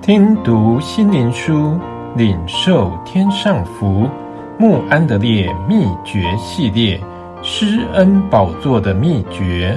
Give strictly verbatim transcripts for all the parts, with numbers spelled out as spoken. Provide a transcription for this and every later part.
听读心灵书，领受天上福。慕安德烈秘诀系列，施恩宝座的秘诀。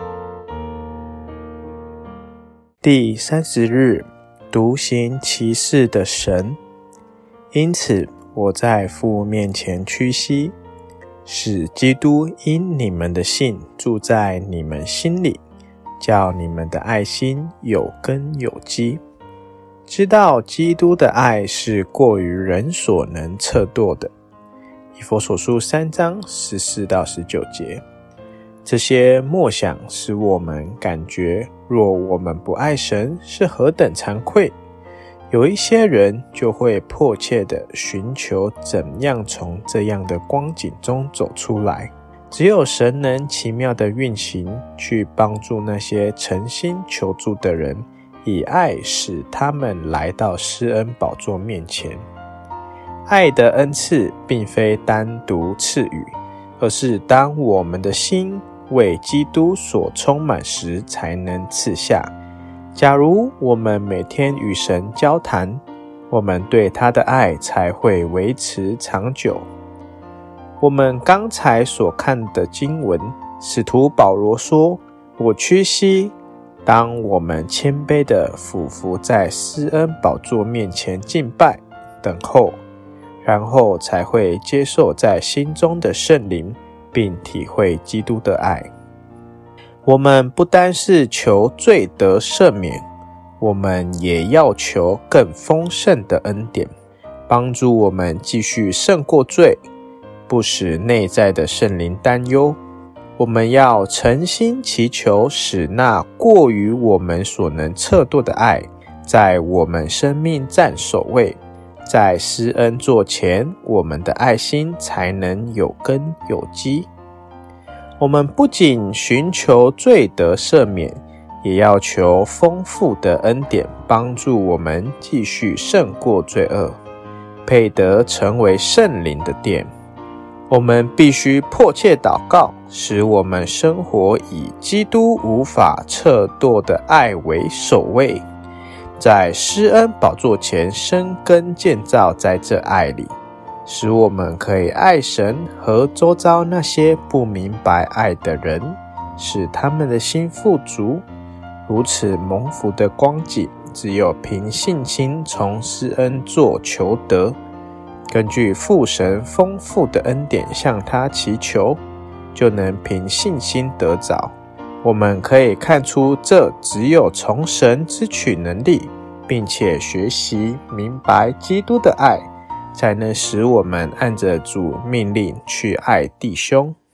第三十日，独行其事的神。因此，我在父面前屈膝，使基督因你们的信住在你们心里，叫你们的爱心有根有基。知道基督的爱是过于人所能测度的。以弗所书三章十四到十九节。这些默想使我们感觉，若我们不爱神，是何等惭愧。有一些人就会迫切地寻求怎样从这样的光景中走出来。只有神能奇妙地运行，去帮助那些诚心求助的人，以爱使他们来到施恩宝座面前。爱的恩赐并非单独赐予，而是当我们的心为基督所充满时才能赐下。假如我们每天与神交谈，我们对他的爱才会维持长久。我们刚才所看的经文，使徒保罗说，我屈膝，当我们谦卑地俯伏在施恩宝座面前敬拜等候，然后才会接受在心中的圣灵，并体会基督的爱。我们不单是求罪得赦免，我们也要求更丰盛的恩典，帮助我们继续胜过罪，不使内在的圣灵担忧。我们要诚心祈求，使那过于我们所能测度的爱，在我们生命占首位。在施恩座前，我们的爱心才能有根有基。我们不仅寻求罪得赦免，也要求丰富的恩典，帮助我们继续胜过罪恶，配得成为圣灵的殿。我们必须迫切祷告，使我们生活以基督无法测度的爱为首位，在施恩宝座前生根建造在这爱里，使我们可以爱神和周遭那些不明白爱的人，使他们的心富足。如此蒙福的光景，只有凭信心从施恩座求得，根据父神丰富的恩典向他祈求，就能凭信心得着。我们可以看出，这只有从神支取能力，并且学习明白基督的爱，才能使我们按着主命令去爱弟兄。